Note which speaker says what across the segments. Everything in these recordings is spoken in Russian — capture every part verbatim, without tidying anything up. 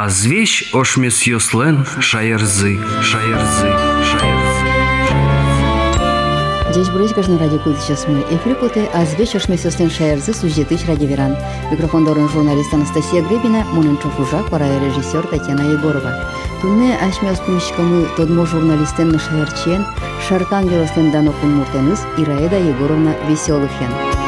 Speaker 1: а звещ ошмес йослен шаярзы, шаярзы, шаярзы.
Speaker 2: Здесь брызг каждый ради куда сейчас мы. Эфир поте, а звещ ошмес йослен шаярзы суждетыч ради веран. Микрофон дорон журналист Анастасия Гребина, Моненчов Ужак, пора режиссер Татьяна Егорова. Тунне ашмес помещикамы тодмо журналистен на шаярчен, шаркан йослен данокун муртеныз Ираида Егоровна Веселыхен.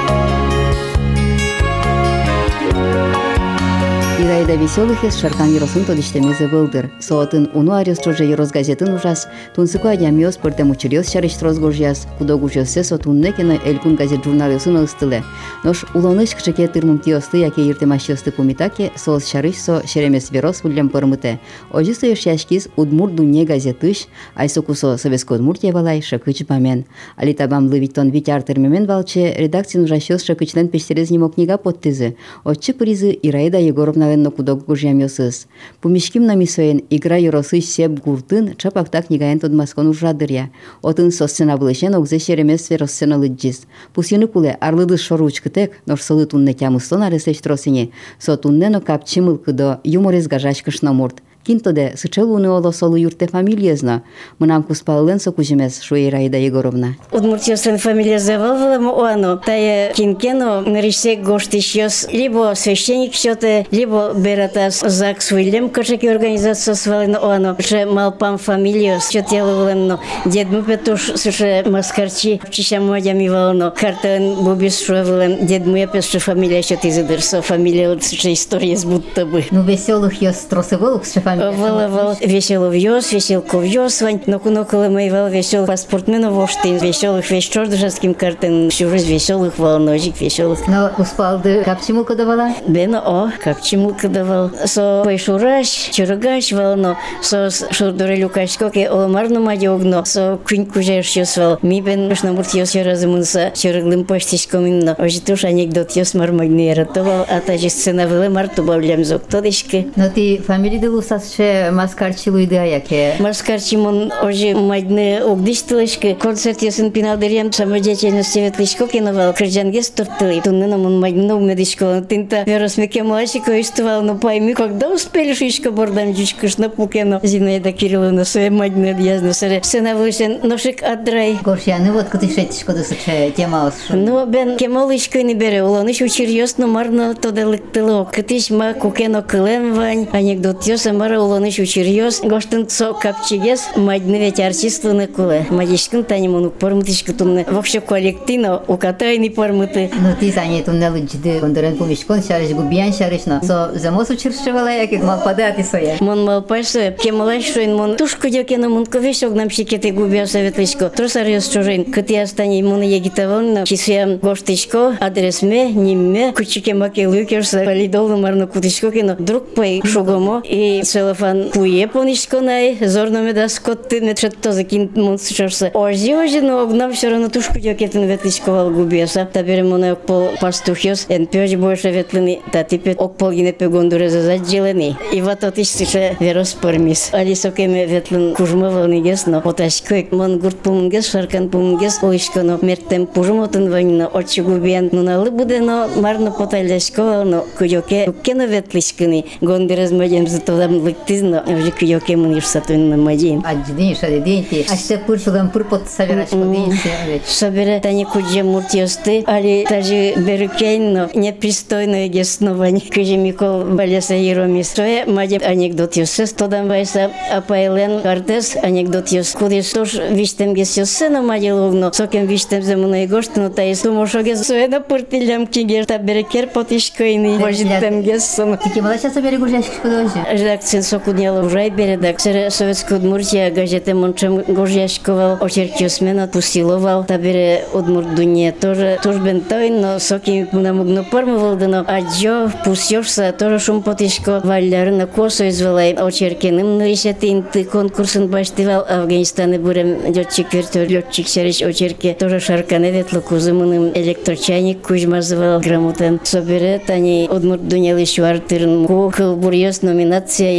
Speaker 2: Ираида Веселыхес шаркан еросын тодиштемезе былдыр. Соотын уну арёстроже ерос газетін ужас, тунсыку адямиос пыртем учерёс шарыштроз горжяс, кудо гужёсе со туннекена элькун газет журналёсын ыстылы. Нош улоныш кшеке тырмым тиосты, яке иртемашёсты пумитаке, соос шарыш со шеремес верос вульям пырмыте. Ожисо ёшяшкиз удмур дунне газетыш, айсокусо советско удмуртия валай шакыч бамен. Алитабам лывитон витяр термемен валче, редакцин ужащёс шакычлен пештерез нимо книга подтызы. Отчы призы Ираида Егоровна на кудок гужьямёсыз. Пумишким намисоен игра юросыш сеп гуртын чапакта книгаен тод маскон ужадыря. Отын со сцена былышен огзе шеремес сцена лыджис. Пусины куле арлыды шоручкытек, нор сылы тунне тямыстон аресеш тросине. Со туннено капчимыл кыдо юморез гажачкыш намурт. Кинтоде сычелуны оло солу юрте фамилиезна. Мынам куспаллен сокужемес шуе Ираида Егоровна.
Speaker 3: Удмуртиосен фамилия завалвала оно. Тая кинкено нарисек гоштищёс либо священник счёте, либо бератас ЗАГС Уильям кашеки организация свалена оно. Ше малпам фамилиос счётеловлено. Дед мупетуш суше маскарчи чища модями волно. Картен бубис шуевлен. Дед мупетуш фамилия счёт изыдырсо. Фамилия суше история с будто бы.
Speaker 2: Ну веселых ёс тросыволок с
Speaker 3: Вылывал весело вьёс, веселку вьёс, вань, но куноколы моевал весел паспортмену воштин, веселых вещь чордышевским картен, шурыз веселых волножик, веселых.
Speaker 2: Но успалды капчимулка давала?
Speaker 3: Бено, о, капчимулка давал. Со пейшураш, чургаш волно, со шурдурелюкаш, коке оламарну мадёгно, со кунькужеш ёсвал, ми бен шнамурт ёс яразымынса, чурглым поштишком инно. Ожитуш анекдот ёс мармагны яратовал, а та же сцена вылы марту бавлям зок тодышки.
Speaker 2: Но ты фамилии делусас ше маскарчи луйды аяке.
Speaker 3: Маскарчи мон ожи мадны огдиштылышки, концерт ясын пинадырям самодеятельности ветлышко киновал, крыжангес туртылы. Туннена мон мадны медышко, тинта веросмеке мальчика истывал, но пойми, когда успели шишка бордам дючкаш на пукено. Зинаида Кирилловна своей мадны одъязна саре. Сена вышен ношик отдрай.
Speaker 2: Горшяны вот куды шетишко досыче тема осшу.
Speaker 3: Ну, бен кемолышко не бере, улоныш учерьёс, но марно тоде лыктыло. Кытыш ма кукено кылем вань, анекдот ёса мара улоныш учерьёс, гоштын со капчигес, мадны ведь артистлыны куле. Мадишкын танимуну пормытышкы тунны. Вообще коллективно укатайны пормыты.
Speaker 2: Ну, ты заней тунны лыджды, кондырен пумишкон шарыш губиян шарышно. Со замос учершевала яке малпадати соя.
Speaker 3: Мон малпашсы, кемалаш шуин мон тушку дёкена мон ковеш огнам щекеты губия советлышко. Тросар ёс чужин, кыты остани мон егитавонно, чисвям гоштышко, адресме, нимме, кучике маке лукерса, полидолно марно кутышко кено. Друг пой шугомо и целофан пуе понишко най, зорно ме да скотты ме четто закин мон сушорса. Ожи ожи, но огнам всё равно тушку дёкетен ветлышковал губиоса. Та бере мон окпол пастухёс, ен пёж больше ветлыни, та типе окпол гинепе гондуре за заджилени. И вот отиш сише верос пормис. Алисоке ме ветлын кужмавал нигес, но поташкой мон гурт пумунгес, шаркан пумунгес, ойшко, но мертем пужмотын ванина, очи губиен. Ну налы буде, но марно потайлешковал, но кудёке кено ветлышкыни, гондуре змадем за тодам лыктызно, вже кудёке мон иш сатуин на мадин.
Speaker 2: Адждин шаде денти, а ще пуршуган пурпот сабирашко денти.
Speaker 3: Собере тани кудже муртиосты, али тажи берукейно, непристойно егесновань. Кыже Микол балеса еромис. Сое мадем анекдот ёсес, тодам вайса апайлен картес анекдот ёс. Кудеш тош виштем гес ёсе на мадиловно, сокем виштем земуна егоштно, таис тумошогес сое на пуртилям кигер, та берекер потишкойни, вожитем гес сон.
Speaker 2: Тики малаша собере гужашкишко дожи.
Speaker 3: Редакцин сокудняла ужай бередак. Сере Советская Удмуртия газете мончем гужашковал, очеркиосмен отпустиловал, та бере Удмуртдуне тоже туж бентой, но соки намугно пормовал, но аджо пусёшься, тоже шум потишко валяры на косу извелай, очеркиным нарисетин ты конкурсын баштывал, Афганистаны бурем лётчик вертолет, лётчик сереш очерки, тоже шарканы ветло кузымыным электрочайник кужмазывал грамотен. Собере тани Удмуртдуне лишуартырын ку кыл бурьёс номинация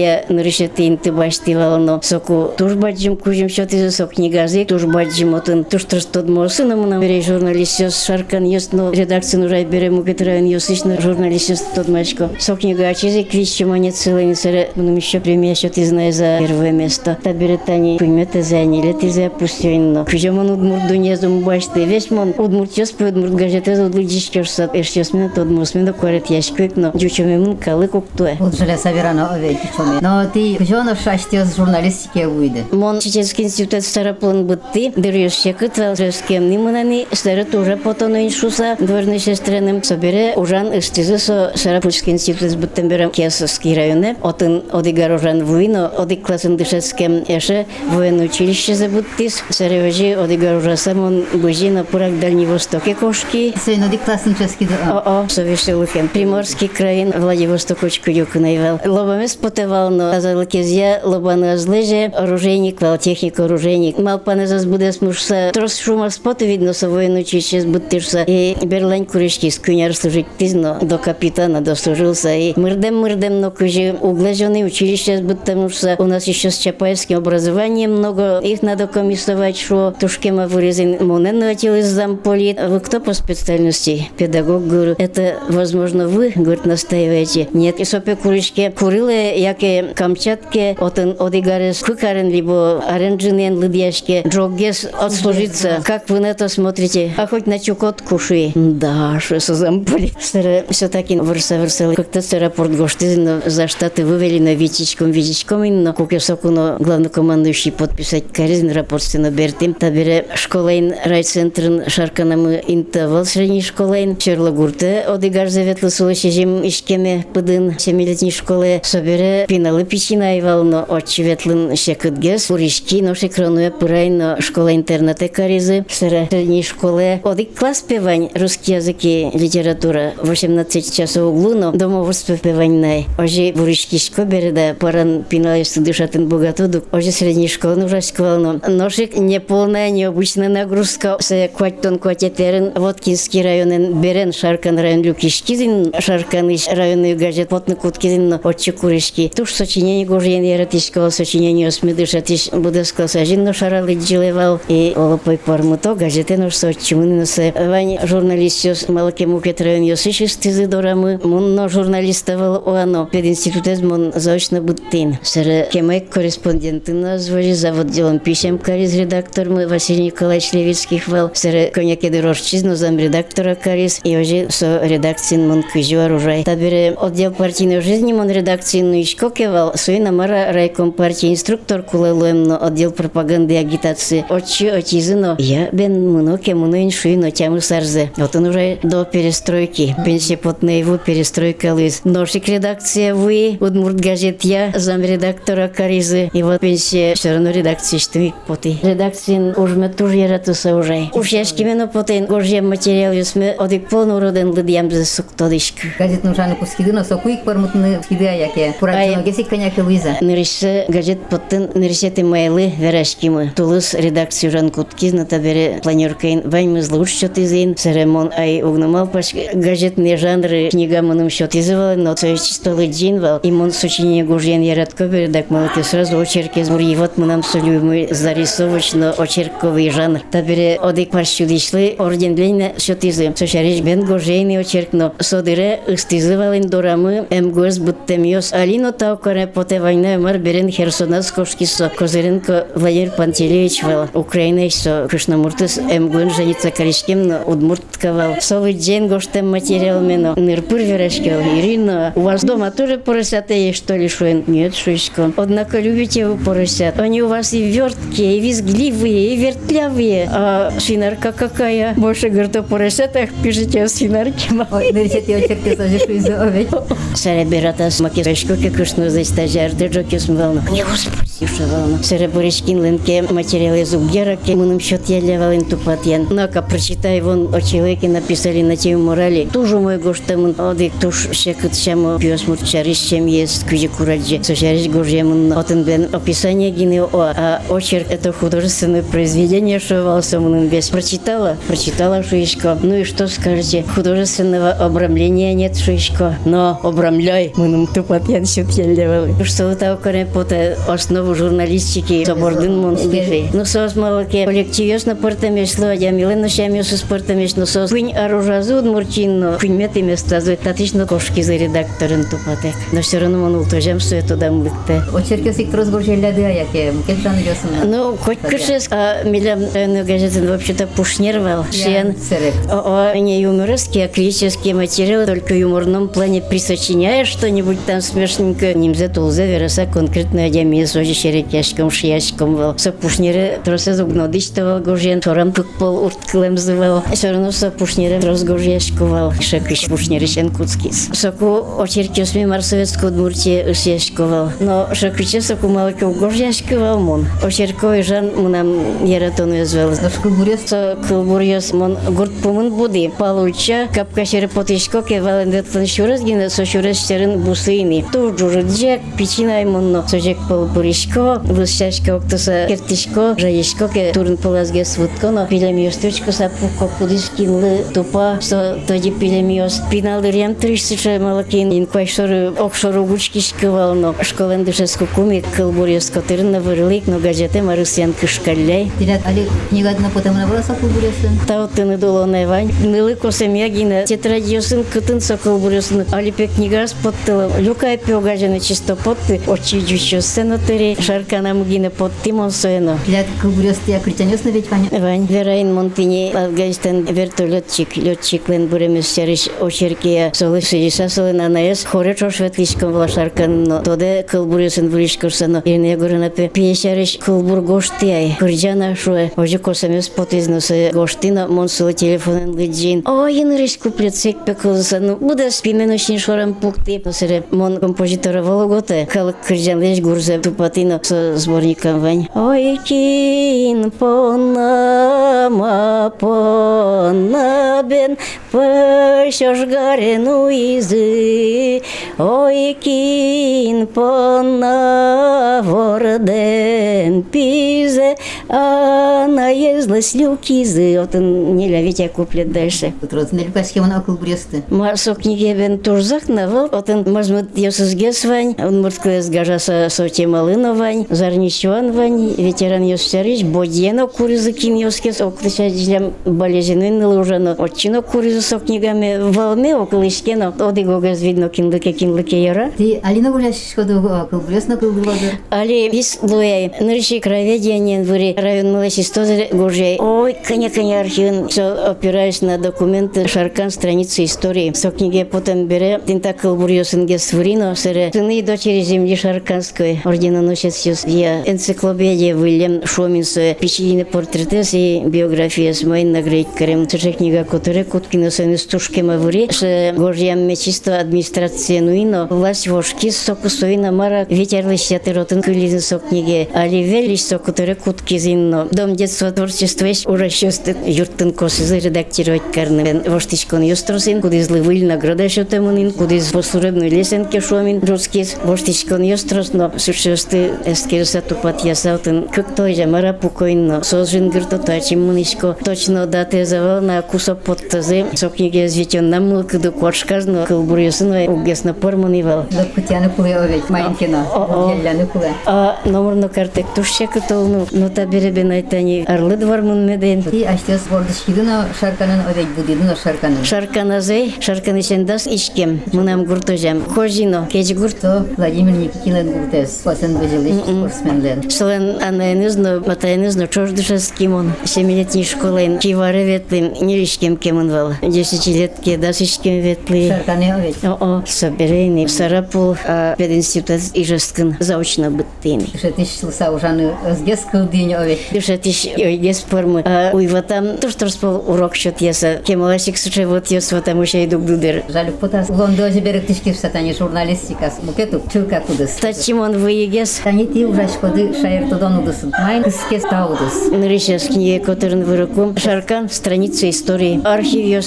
Speaker 3: я нарышете инты баштивал, но соку туж баджим кужим счеты сок книгазы, туж баджим отын туж тростод мосын, мына бере журналист шаркан есть, но редакция нужай бере мукетрайн ёсычно журналист тот мачко. Сок книга чизи квич чемане целый сыре, мына еще премия счеты знай за первое место. Та берет тани поймете за они лети за пустойно. Кужемон удмурт дунезум башты весь мон удмурт ёс по удмурт газеты за удлыдишкерса эшёс мен тот мусмен корет яшквек, но жучеме мун калы коктуе.
Speaker 2: Вот желе собирано овеки чоме. Но ты жонов шаштиос журналистике уйде.
Speaker 3: Мон Чеченский институт староплан бытты, дырёшья кытвал жескем ниманани, старый тоже потону иншуса, дворный сестреным, собере ужан эштизы со Сарапульский институт быттемберем Киасовский районе, отын одигар ужан вуино, одик классен дышецкем эше, военное училище забыттис, сареважи одигар ужасам, он быжи на пурак Дальний Востоке кошки.
Speaker 2: Свой одик классен ческий да.
Speaker 3: О-о, совешелухем. Приморский краин, Владивостокочку юг наивал. Лобамес потевал, но азалакезия, лобана злеже, оружейник, валтехник, оружейник. Малпане зазбудес мушса, трос шума споты видно, со военное училище сбыттирса, и берлань куришки скуняр служить тизно, до капитана дослужился, и мырдем-мырдем, но кужи углеженный училище сбыттамушса. У нас еще с Чапаевским образованием много, их надо комиссовать, что тушкема вырезан моненно из замполит. Вы кто по специальности? Педагог, говорю. Это, возможно, вы, говорит, настаиваете? Нет, и сопе куришки курилы, яке Камчатке, отен одигарес кукарен, либо оранжинен лыдяшке, джоггес отслужиться. Как вы на это смотрите? А хоть на чукот куши. Да, что со замполит. Все-таки вырса-вырсали. Как-то рапорт гоштызин за штаты вывели на Витичком, Витичком, но кукесоку, но главнокомандующий подписать каризн рапорт стенобертим. Табере школайн райцентрын шарканамы интавал средней школайн. Черлагурте одигар заветлы сулышежим ишкеме пыдын семилетней школы. Собере пиналы пичина айвал, но отчи ветлын шекытгес. Уришки, но шекронуя пырайн, но школа-интернате каризы. Средней школы. Одик класс певань, русский язык и литература. восемнадцать часов углу, но домоводство певань най. Ожи буришки шкобере, да паран пиналисту дышатын богатуду. Ожи средней школы нужа школа, но ножик неполная, необычная нагрузка. Се кватьтон кватетерен, Воткинский район, берен шаркан район люкишкизин, шаркан иш районный газет потны куткизин, но отчи куришки. Туж сочинение гожьен яратишкова, сочинение осмедышатиш будескал сажин, но шаралы джилевал. И олопой пармуто газеты нож сочимын, но се вань журналист ёс малаке мукет район ёсышис тизы дорамы, мун но журналистовал оано, пединститутез мун заочно буттин. Сэр кемек корреспонденты назвали, завод делом писем кариз редактор мы Василий Николаевич Левицких вал, сэр коняки дырожчизну зам редактора кариз, и уже со редакции мун квизю оружай. Табере отдел партийной жизни мун редакции ну ишко кевал, суи намара райком партии инструктор кулелуем, но отдел пропаганды и агитации. Отчи отизыно, я бен муноке муно иншуи, но тяму сарзе. Вот он уже до перестройки, пенсия потна его перестройка лыз. Ношик редакция вы, удмурт газет я, зам редактора каризы, и вот пенсия все равно редакции штык поты. Редакции уж мы тоже яратуса уже. Уж яшки мено потен, гожья материал юсме, одик полный роден лыдьям за суктодышк.
Speaker 2: Газет нужно кускиды, но сокуик пармутны скиды, яке пуратино гесик коняки лыза.
Speaker 3: Нырыше газет потен, нырышеты майлы верашки мы. Тулыс редакцию жанкутки, на табере планеркаин, вань мы злуч счет изын, церемон ай угнумал паш газетные жанры, книга маным счет изывал, но цой чисто лыдзин вал, и мон сочинение гожьен яратко бередак малки сразу очерки змури, вот мы нам солюбимый зарисовочно очерковый жанр. Табере одик парщудишлы, орден Ленина счет изы, сочарич бен гожейный очерк, но содыре ыстизывалын дорамы, мгс буттемьёс, алино таукаре поте война мар берен Херсонас кошкисо, Козыренко Владимир Пантелеевич вал, Украина со Кришнамуртыс мгн женится коричкем, но удмуртковал. Совый день гоштем материал мено, нырпыр верашкел, Ирина, у вас дома тоже поросята есть, что ли, шуен? Нет, шуйсько. Однако любите вы поросят. Они у вас и верткие, и визгливые, и вертлявые. А свинарка какая? Больше, говорит, о поросятах пишите о свинарке.
Speaker 2: Ой, нырчете очерки сажишу из овеч.
Speaker 3: Сарабиратас макешко, кекушно за стажар, держоки смывал. Не господи, шавал. Сараборичкин ленке материалы зубгераки, муным счет я левалин тупатьян. Ну-ка, прочитай, вон о человеке написали на тему морали. Тужу мой гоштамун, одик туж щекот щамо пьес мурчариш, чем есть кузи кураджи. Сочариш гожьемун, отен бен описание гинео, а очерк это художественное произведение, шавался муным без. Прочитала? Прочитала, шуишко. Ну и что скажете? Художественного обрамления нет, шуишко. Но обрамляй, муным тупатьян счет я левел. Что это около пота основу журналистики собордын мон бежи. Ну сос малке коллективёс на портамесло, я милен шамёс спортамес, но сос кунь оружазу мурчин, кунь мети места за татично кошки за редакторын тупатек. Но все равно мон ултожам все это дамлыкте.
Speaker 2: Очеркесик трозгоржелляды аяке, кельжан ёсын.
Speaker 3: Ну, хоть кышес, а милям газетен вообще-то пушнервал. Шен. О, не юморский, а классический материал, только в юморном плане присочиняешь что-нибудь там смешненько. Нимзе тулзе вероса конкретно одями сожи шерекяшком, шияшком вал. Со пушнере тросе зугнодичтовал гожен, торам пукпол урткалем зывал. Все равно со пушнере трозгожешковал. Шекыш пушнере шенкутскис. Соку очеркесми марсоветскую Удмуртии ышешковал. Но шекыче соку малке угожешковал мон. Очерковый жан мунам яратону язвал. Со кылбурьёс мон гурт пумын буди. Получа капкашер потишко ке валендетлен шурас гина со шурас шерин бусыйни. Ту джурджек пичинай монно. Сожек полбуришко, высшашко октоса кертишко, жаишко ке турн полазге свутко, но пилемиостучко сапуко кудишкинлы тупа, со тоди пилемиос. Пиналдырям тришсыча малакин, инквайшоры окшору гучкишковал, но школен дышеску куми кылбурьёс котырын на вырлик, но газете марысян кышкалляй.
Speaker 2: Тилят али книгадна потом на волоса кылбурьёсын.
Speaker 3: Таутыны дулонай вань. Нылы косемья гина тетрадьёсын кытын сокылбурьёсын. Алипе книгас подтылым. Люкай пёгажаны чисто подты. Очи джучо сценотери. Шарканам гина подты монсоено.
Speaker 2: Тилят кылбурьёсты я критянёсны ведь вань.
Speaker 3: Вань. Вераин монтини Афганистан вертолетчик. Летчик лен буремес шариш очеркия. Солы шириса солы нанаес. Хоре чошветличком вла шаркан. Но тоде кылбурьёсын вылишкурсано. Ирне горынапе. Пиешариш кылбур гоштияй. Кырджана шуэ. Ожи косемес потизносы гоштина. Монсулы телефонен лыджин. О, янырыш куплет сек пекылыса. Ну, буде спименошин шорам пукти. Но сере мон композитора Вологоде. Калык кырджан леш гурзе тупатино со сборником вань. Ой, кин понама пона бен пышош гарен уизы. Ой, кин пона ворден пизе. А наезлась люкизы. Вот он не ловите куплет дальше.
Speaker 2: Тут родные люкашки вон около бресты.
Speaker 3: Марсо книги бен турзак навал. Вот он мазмут ёсызгес вань. Он мурткуэс гажаса соте малына вань. Зарнищуан вань. Ветеран ёстерич. Бодьено куризы кин ёскес. Оклыша джилям болезинуин нылужано. Отчино куризы со книгами валме около ишкено. Одиго газ видно кинлыке кинлыке яра.
Speaker 2: Ты алина гуляшишь ходу около бресна около бресна.
Speaker 3: Али вис луэй. Нырщи кроведение ври район малосистозы гужей. Ой, коня-коня архивен. Все опираясь на документы Шаркан, страницы истории. Со книги потом бере. Тинта кылбурьёсын гес врино. Сере сыны и дочери земли Шарканской. Орденоносец юс. Я энциклопедия Вильям Шоминсуэ. Печенье портреты и биография с моей нагрейкарем. Це книга, которая куткино сыны стушкема ври. Ше гожьям мечисто администрация нуино. Власть вошки сокусуина мара. Ветер лысятый ротын кылизн со книги. Али велич со которой кутки зинно. Дом детства творчества есть уже шесты юртын косызы редактировать карны. Воштичкон юстросин, куда из лывыль награда шотемунин, куда из посуребной лесенки шомин русскис. Воштичкон юстрос, но сушесты эскерса тупат ясаутын. Как той же мара пукойно. Созжин гырто тачим мунишко. Точно даты завал на кусо подтазы. Со книги извитен нам мылка до кваршказно. Кылбурьёсын угес напор мунивал.
Speaker 2: Да путяны куле овeć, майнкина. Елляны куле.
Speaker 3: А номерно картек тушче кытылну. Но та беребен айтани арлы двармын меден.
Speaker 2: Ти аштес бордышкидына Шарканын овeć будидына Шарканын.
Speaker 3: Шарканазей, Шарканышендас ишкем. Мунам гуртожам. Хожино, кеч гурт.
Speaker 2: То Владимир Никитилен гуртес. Пасен выжилыш спортсменлен.
Speaker 3: Слен анаенызно, матаенызно чождышаским он. Семилетний школен. Кивары ветлим, нелишкем кемын вал. Десятилетки дасышкем ветли.
Speaker 2: Шарканы овeć.
Speaker 3: О-о, соберейный. Сарапул, а пединститут ижескын заочно быттыйный.
Speaker 2: Шетиш слыса ужаны ызгес кылдыйны овeć.
Speaker 3: Шетиш ойгес формы. А уйватам туш торспол урок счет яса. Кемаласик сучай вот ясва там еще и дуг дудер.
Speaker 2: Жаль, потас лондозе берег тишкив сатани журналистикас. Букету чылка кудыс.
Speaker 3: Тачимон выегес.
Speaker 2: Тани ти ужашкоды шайыр тодон удысын. Майн кыскес таудыс.
Speaker 3: Нырышес книге которын вырукум. Шаркан, страница истории. Архив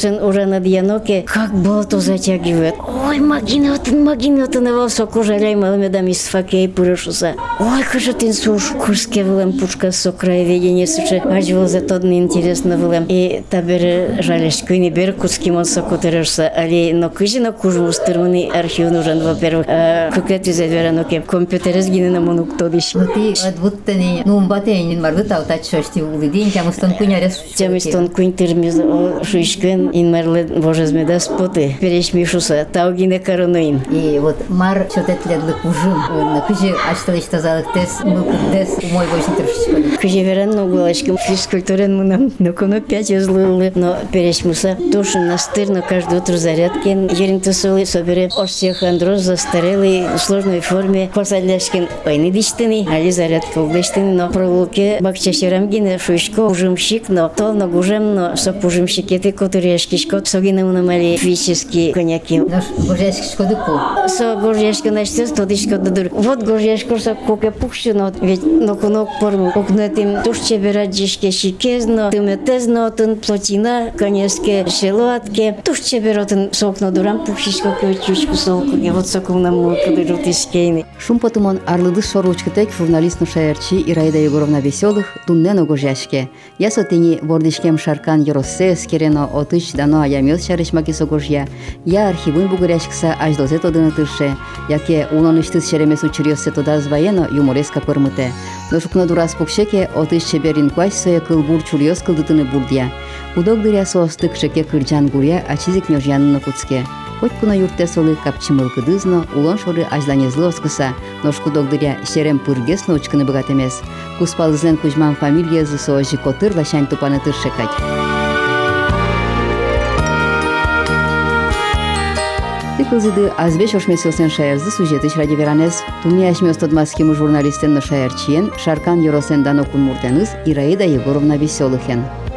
Speaker 3: сын уже над Яноке, как болото затягивает. Ой, магинотын, магинотын, его соку жаляй, малымедам из факей пурышуса. Ой, кажа тын суш, курске вылем пушка со краеведения суче, аж воза тодны интересно вылем. И табер жаляш кыни бер куски мон соку тырышса, али но кыжи на кужу устырмыны архив нужен, во-первых, куклет визет вераноке, компьютерез гины на монук тодыш.
Speaker 2: Ну ты отвуттани, ну умбатенин марвы тау тачшти улыдин, тям устон кунярес.
Speaker 3: Тям устон кунь тырмиз шуишкен, ин марле вожезмеда споты, перешмишуса, тау гине коронуин.
Speaker 2: И вот мар чотетледлы кужым, на кыжи ачталыш тазалык тес, мылкыдес, мой войшин тыршичкоды. Кыжи
Speaker 3: верен но голочком физкультурен мунам, но коно пять излылы, но перешмуса, тушин настыр, но каждое утро зарядкен, ерин тусулы, собере остеохондроз застарелый, в сложной форме, посадляшкен, ойны диштыны, али зарядка углештыны, но прогулке бакчашерам гине шуишко, ужимщик, но толно гужем, но соп ужимщикеты, которешкишко, согине унамали физически коньяки.
Speaker 2: Наш горжешкишко дыку.
Speaker 3: Со горжешко начтес, тодышко додур. Вот горжешко со коке пухшино, ведь но конок форму, окнетим тушче бераджишке шикезно, тыметезно, тын плотина, конеске шелуатке, тушче беротын сокно дурам пухшишко кючушку солкуге, вот сокулна мулка дырутискейни.
Speaker 2: Шум потумон арлыды шоручкытек журналист Нушаярчи Ираида Егоровна Веселых туннено горжешке. Я сотени вордишкем шаркан Yorose скерено отыч дано аямел шарышмаки согожья. Я архивын бугуряшкса аждозе тодыны тырше, яке улоныштыз шеремес учурьосе тодаз воено юмореска пырмыте. Но шукно дурас пукшеке отыч чеберин квась соя кылбур чурьос кылдытыны бурдья. Удок дыря соостык шеке кырджан гуря ачизик нёжьянны куцке. Хоть куно юрте солы капчымылкы дызно, улон шоры ажланезлы оскыса, но шкудок дыря шерем пыргесно очкыны быгат эмес. Куспалызлен Кузьман фамилиязы соожи котыр лашань тупаны тыршекать. Тыкылзыды азбеш ошмесылсен шаярзы сюжетыш ради веранес. Туми ашмес тодмаскиму журналистен но шаярчиен, Шаркан Yorosен дано кун муртеныз Ираида Егоровна Веселыхен.